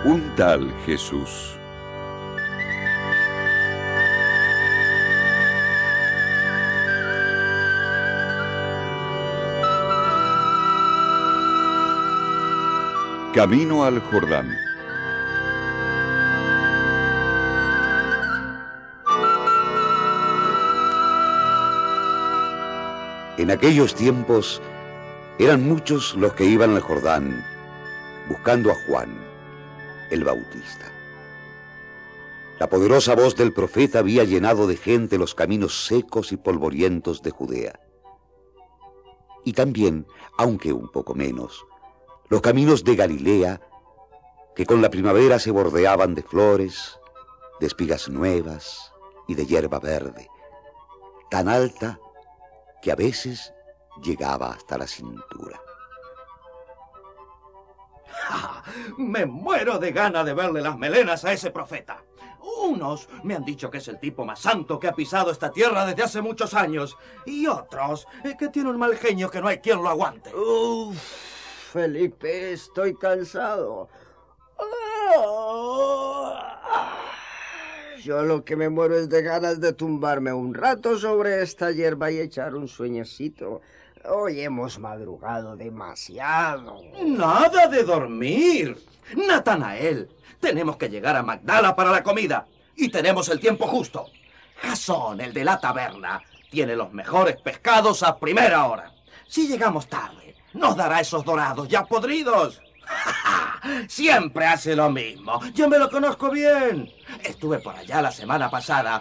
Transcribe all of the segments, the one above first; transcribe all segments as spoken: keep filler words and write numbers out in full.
Un tal Jesús. Camino al Jordán. En aquellos tiempos eran muchos los que iban al Jordán buscando a Juan, el Bautista. La poderosa voz del profeta había llenado de gente los caminos secos y polvorientos de Judea. Y también, aunque un poco menos, los caminos de Galilea, que con la primavera se bordeaban de flores, de espigas nuevas y de hierba verde, tan alta que a veces llegaba hasta la cintura. ¡Ja! Me muero de gana de verle las melenas a ese profeta. Unos me han dicho que es el tipo más santo que ha pisado esta tierra desde hace muchos años. Y otros eh, que tiene un mal genio que no hay quien lo aguante. Uf, Felipe, estoy cansado. Yo lo que me muero es de ganas de tumbarme un rato sobre esta hierba y echar un sueñecito. Hoy hemos madrugado demasiado. ¡Nada de dormir! Natanael, tenemos que llegar a Magdala para la comida. Y tenemos el tiempo justo. Jasón, el de la taberna, tiene los mejores pescados a primera hora. Si llegamos tarde, nos dará esos dorados ya podridos. Siempre hace lo mismo. Yo me lo conozco bien. Estuve por allá la semana pasada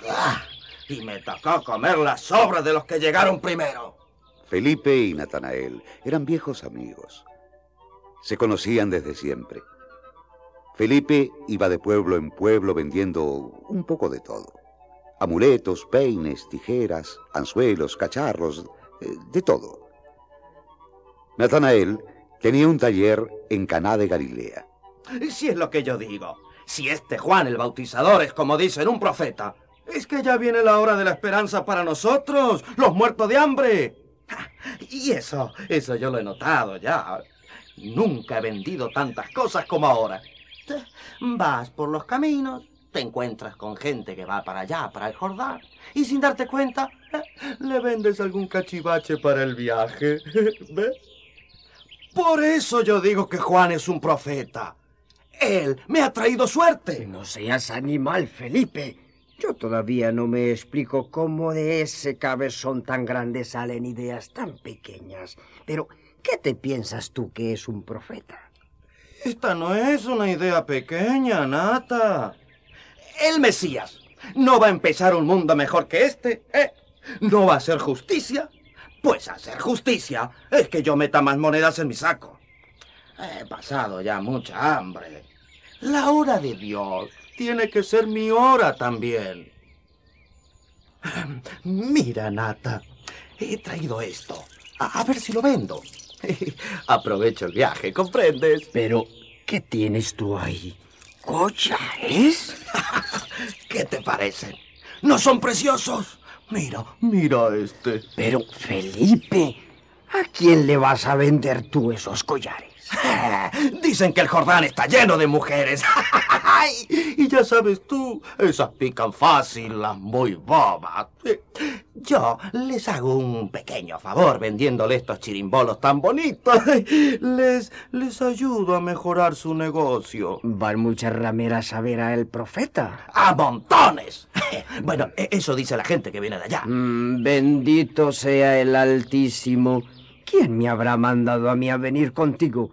y me tocó comer las sobras de los que llegaron primero. Felipe y Natanael eran viejos amigos. Se conocían desde siempre. Felipe iba de pueblo en pueblo vendiendo un poco de todo. Amuletos, peines, tijeras, anzuelos, cacharros, de todo. Natanael tenía un taller en Caná de Galilea. Si es lo que yo digo. Si este Juan el Bautizador es como dicen un profeta, es que ya viene la hora de la esperanza para nosotros, los muertos de hambre. Y eso, eso yo lo he notado ya. Nunca he vendido tantas cosas como ahora. Vas por los caminos, te encuentras con gente que va para allá, para el Jordán, y sin darte cuenta, le vendes algún cachivache para el viaje. ¿Ves? Por eso yo digo que Juan es un profeta. Él me ha traído suerte. No seas animal, Felipe. Yo todavía no me explico cómo de ese cabezón tan grande salen ideas tan pequeñas. Pero, ¿qué te piensas tú que es un profeta? Esta no es una idea pequeña, Nata. El Mesías no va a empezar un mundo mejor que este, ¿eh? ¿No va a hacer justicia? Pues hacer justicia es que yo meta más monedas en mi saco. He pasado ya mucha hambre. La hora de Dios tiene que ser mi hora también. Mira, Nata, he traído esto. A, a ver si lo vendo. Aprovecho el viaje, ¿comprendes? Pero, ¿qué tienes tú ahí? ¿Collares? ¿Qué te parecen? ¿No son preciosos? Mira, mira este. Pero, Felipe, ¿a quién le vas a vender tú esos collares? Dicen que el Jordán está lleno de mujeres. Y ya sabes tú, esas pican fácil, las muy bobas. Yo les hago un pequeño favor vendiéndole estos chirimbolos tan bonitos. Les, les ayudo a mejorar su negocio. ¿Van muchas rameras a ver al profeta? ¡A montones! Bueno, eso dice la gente que viene de allá. Mm, bendito sea el Altísimo. ¿Quién me habrá mandado a mí a venir contigo?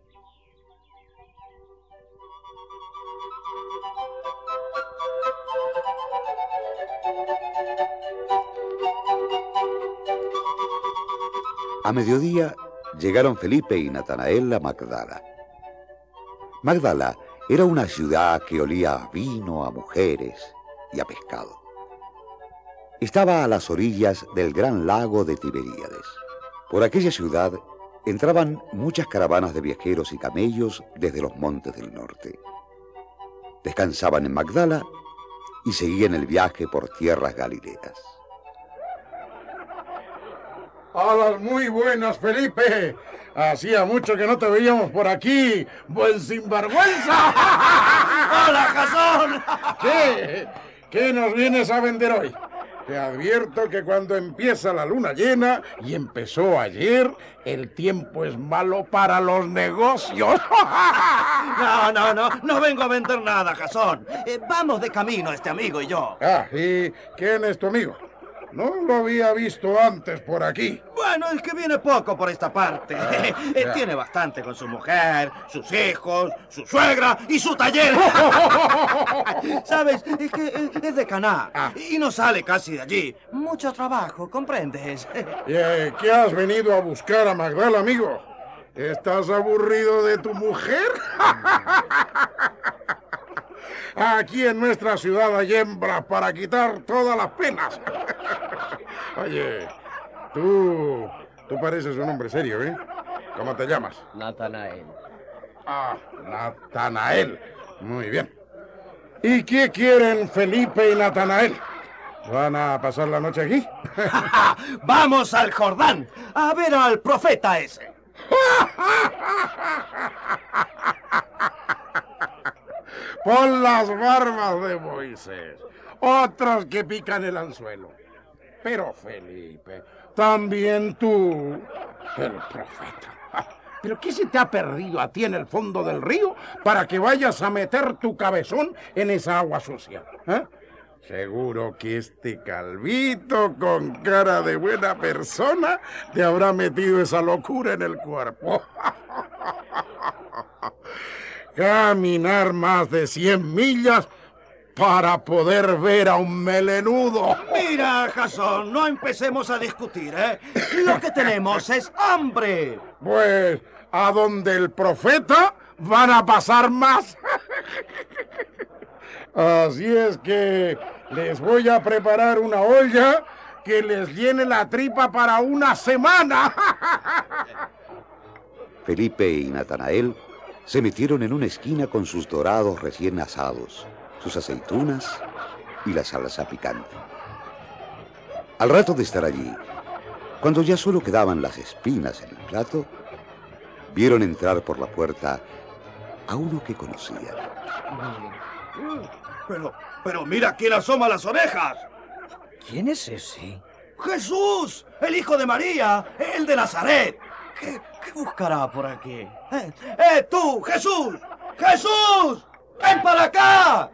A mediodía llegaron Felipe y Natanael a Magdala. Magdala era una ciudad que olía a vino, a mujeres y a pescado. Estaba a las orillas del gran lago de Tiberíades. Por aquella ciudad entraban muchas caravanas de viajeros y camellos desde los montes del norte. Descansaban en Magdala y seguían el viaje por tierras galileas. A las muy buenas, Felipe. Hacía mucho que no te veíamos por aquí, buen sinvergüenza. ¡Hola, Jasón! ¿Qué? ¿Qué nos vienes a vender hoy? Te advierto que cuando empieza la luna llena, y empezó ayer, el tiempo es malo para los negocios. No, no, no, no vengo a vender nada, Jasón. Eh, vamos de camino este amigo y yo. Ah, ¿y quién es tu amigo? No lo había visto antes por aquí. Bueno, es que viene poco por esta parte. Ah, Eh, ya. Tiene bastante con su mujer, sus hijos, su suegra y su taller. ¿Sabes? Es que eh, es de Caná Ah. y no sale casi de allí. Mucho trabajo, ¿comprendes? ¿Y, eh, ¿Qué has venido a buscar a Magdala, amigo? ¿Estás aburrido de tu mujer? Aquí en nuestra ciudad hay hembras para quitar todas las penas. Oye, tú... tú pareces un hombre serio, ¿eh? ¿Cómo te llamas? Natanael. Ah, Natanael. Muy bien. ¿Y qué quieren Felipe y Natanael? ¿Van a pasar la noche aquí? ¡Vamos al Jordán a ver al profeta ese! Pon las barbas de Moisés. Otros que pican el anzuelo. Pero Felipe, también tú, el profeta. ¿Pero qué se te ha perdido a ti en el fondo del río para que vayas a meter tu cabezón en esa agua sucia? ¿Eh? Seguro que este calvito con cara de buena persona te habrá metido esa locura en el cuerpo. Caminar más de cien millas para poder ver a un melenudo. Mira, Jasón, no empecemos a discutir, ¿eh? Lo que tenemos es hambre. Pues a donde el profeta van a pasar más. Así es que les voy a preparar una olla que les llene la tripa para una semana. Felipe y Natanael se metieron en una esquina con sus dorados recién asados, sus aceitunas y la salsa picante. Al rato de estar allí, cuando ya solo quedaban las espinas en el plato, vieron entrar por la puerta a uno que conocían. Pero, pero mira quién asoma las orejas. ¿Quién es ese? ¡Jesús! El hijo de María, el de Nazaret. ¿Qué, qué buscará por aquí? ¡Eh, eh tú, Jesús! ¡Jesús! ¡Ven para acá!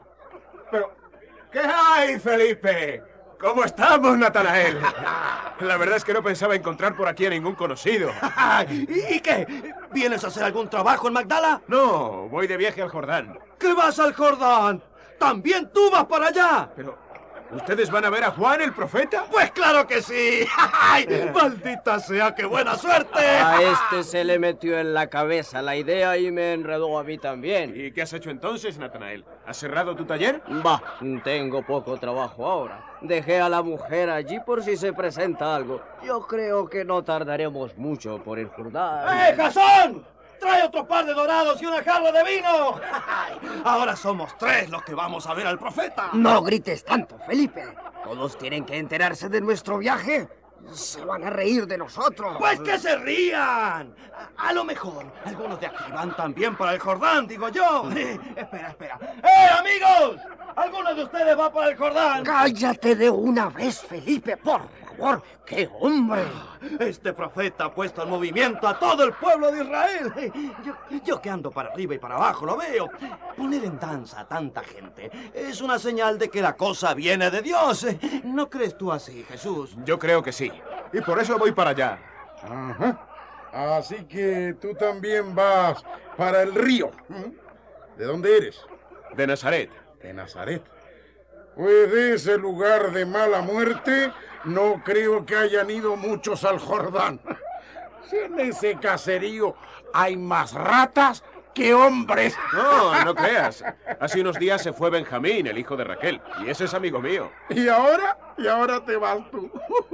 Pero, ¿qué hay, Felipe? ¿Cómo estamos, Natanael? La verdad es que no pensaba encontrar por aquí a ningún conocido. ¿Y, ¿Y qué? ¿Vienes a hacer algún trabajo en Magdala? No, voy de viaje al Jordán. ¿Qué vas al Jordán? ¡También tú vas para allá! Pero, ¿ustedes van a ver a Juan el profeta? ¡Pues claro que sí! ¡Ay, maldita sea, qué buena suerte! A este se le metió en la cabeza la idea y me enredó a mí también. ¿Y qué has hecho entonces, Natanael? ¿Has cerrado tu taller? Bah, tengo poco trabajo ahora. Dejé a la mujer allí por si se presenta algo. Yo creo que no tardaremos mucho por el Jordán. ¡Eh, Jasón! ¡Trae otro par de dorados y una jarra de vino! Ahora somos tres los que vamos a ver al profeta. No grites tanto, Felipe. Todos tienen que enterarse de nuestro viaje. Se van a reír de nosotros. ¡Pues que se rían! A, a lo mejor algunos de aquí van también para el Jordán, digo yo. Eh, espera, espera. ¡Eh, amigos! ¿Alguno de ustedes va para el Jordán? Cállate de una vez, Felipe, por favor. ¡Qué hombre! Este profeta ha puesto en movimiento a todo el pueblo de Israel. Yo, yo que ando para arriba y para abajo lo veo. Poner en danza a tanta gente es una señal de que la cosa viene de Dios. ¿No crees tú así, Jesús? Yo creo que sí. Y por eso voy para allá. Ajá. Así que tú también vas para el río. ¿De dónde eres? De Nazaret. De Nazaret. Pues de ese lugar de mala muerte no creo que hayan ido muchos al Jordán. Si en ese caserío hay más ratas que hombres. No, no creas. Hace unos días se fue Benjamín, el hijo de Raquel, y ese es amigo mío. ¿Y ahora? ¿Y ahora te vas tú?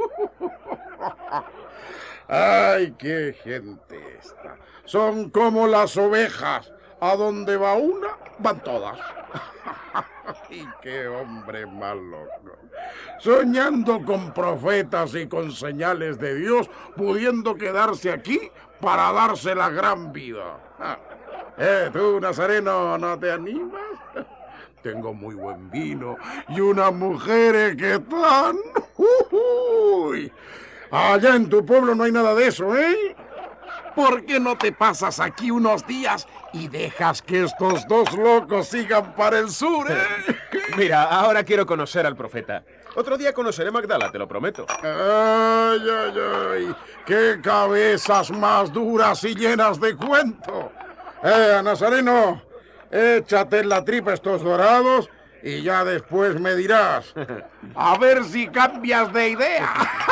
Ay, qué gente esta. Son como las ovejas. A donde va una, van todas. ¡Ay, qué hombre más loco! Soñando con profetas y con señales de Dios, pudiendo quedarse aquí para darse la gran vida. Ah. Eh, tú, Nazareno, ¿no te animas? Tengo muy buen vino y unas mujeres que están... ¡Uy! Allá en tu pueblo no hay nada de eso, ¿eh? ¿Por qué no te pasas aquí unos días y dejas que estos dos locos sigan para el sur, eh? Mira, ahora quiero conocer al profeta. Otro día conoceré Magdala, te lo prometo. ¡Ay, ay, ay! ¡Qué cabezas más duras y llenas de cuento! ¡Eh, Nazareno! Échate en la tripa estos dorados y ya después me dirás. A ver si cambias de idea.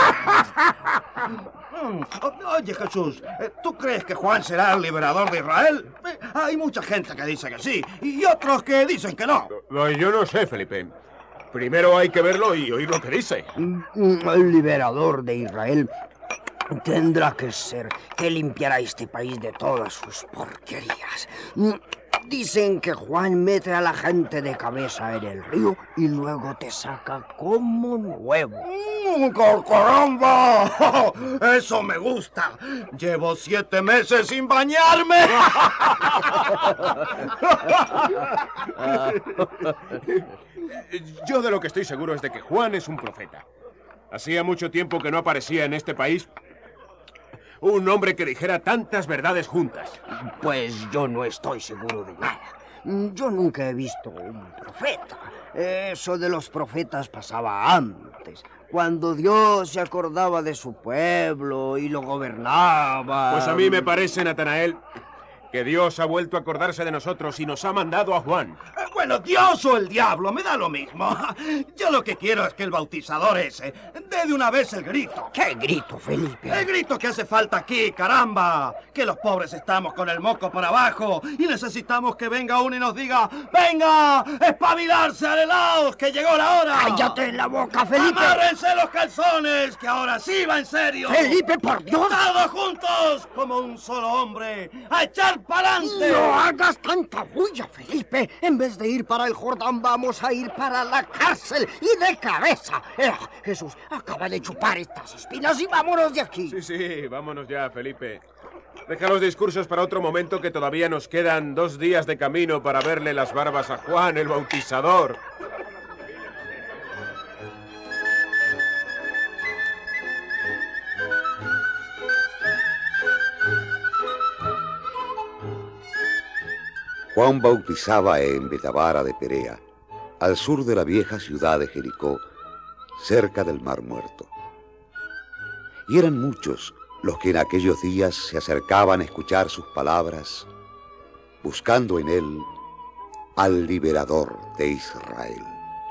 Oye, Jesús, ¿tú crees que Juan será el liberador de Israel? Hay mucha gente que dice que sí y otros que dicen que no. Yo no sé, Felipe. Primero hay que verlo y oír lo que dice. El liberador de Israel tendrá que ser que limpiará este país de todas sus porquerías. Dicen que Juan mete a la gente de cabeza en el río y luego te saca como nuevo. ¡Mm, caramba! ¡Eso me gusta! Llevo siete meses sin bañarme. Yo de lo que estoy seguro es de que Juan es un profeta. Hacía mucho tiempo que no aparecía en este país un hombre que dijera tantas verdades juntas. Pues yo no estoy seguro de nada. Yo nunca he visto un profeta. Eso de los profetas pasaba antes, cuando Dios se acordaba de su pueblo y lo gobernaba. Pues a mí me parece, Natanael, que Dios ha vuelto a acordarse de nosotros y nos ha mandado a Juan. Bueno, Dios o el diablo, me da lo mismo. Yo lo que quiero es que el bautizador ese dé de una vez el grito. ¿Qué grito, Felipe? El grito que hace falta aquí, caramba. Que los pobres estamos con el moco por abajo y necesitamos que venga uno y nos diga: ¡venga, espabilarse, arelaos, que llegó la hora! ¡Cállate en la boca, Felipe! ¡Amárrense los calzones, que ahora sí va en serio! ¡Felipe, por Dios! ¡Todos juntos, como un solo hombre, a echar pa'lante! ¡No hagas tanta bulla, Felipe! En vez de ir para el Jordán, vamos a ir para la cárcel y de cabeza. Eh, Jesús, acaba de chupar estas espinas y vámonos de aquí. Sí, sí, vámonos ya, Felipe. Deja los discursos para otro momento, que todavía nos quedan dos días de camino para verle las barbas a Juan el Bautizador. Juan bautizaba en Betabara de Perea, al sur de la vieja ciudad de Jericó, cerca del Mar Muerto. Y eran muchos los que en aquellos días se acercaban a escuchar sus palabras, buscando en él al liberador de Israel.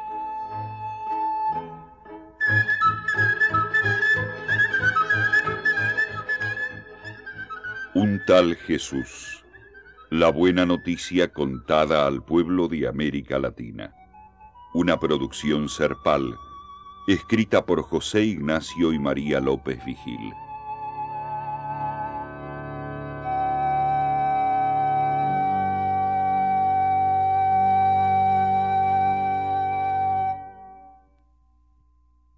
Un tal Jesús. La buena noticia contada al pueblo de América Latina. Una producción Serpal, escrita por José Ignacio y María López Vigil.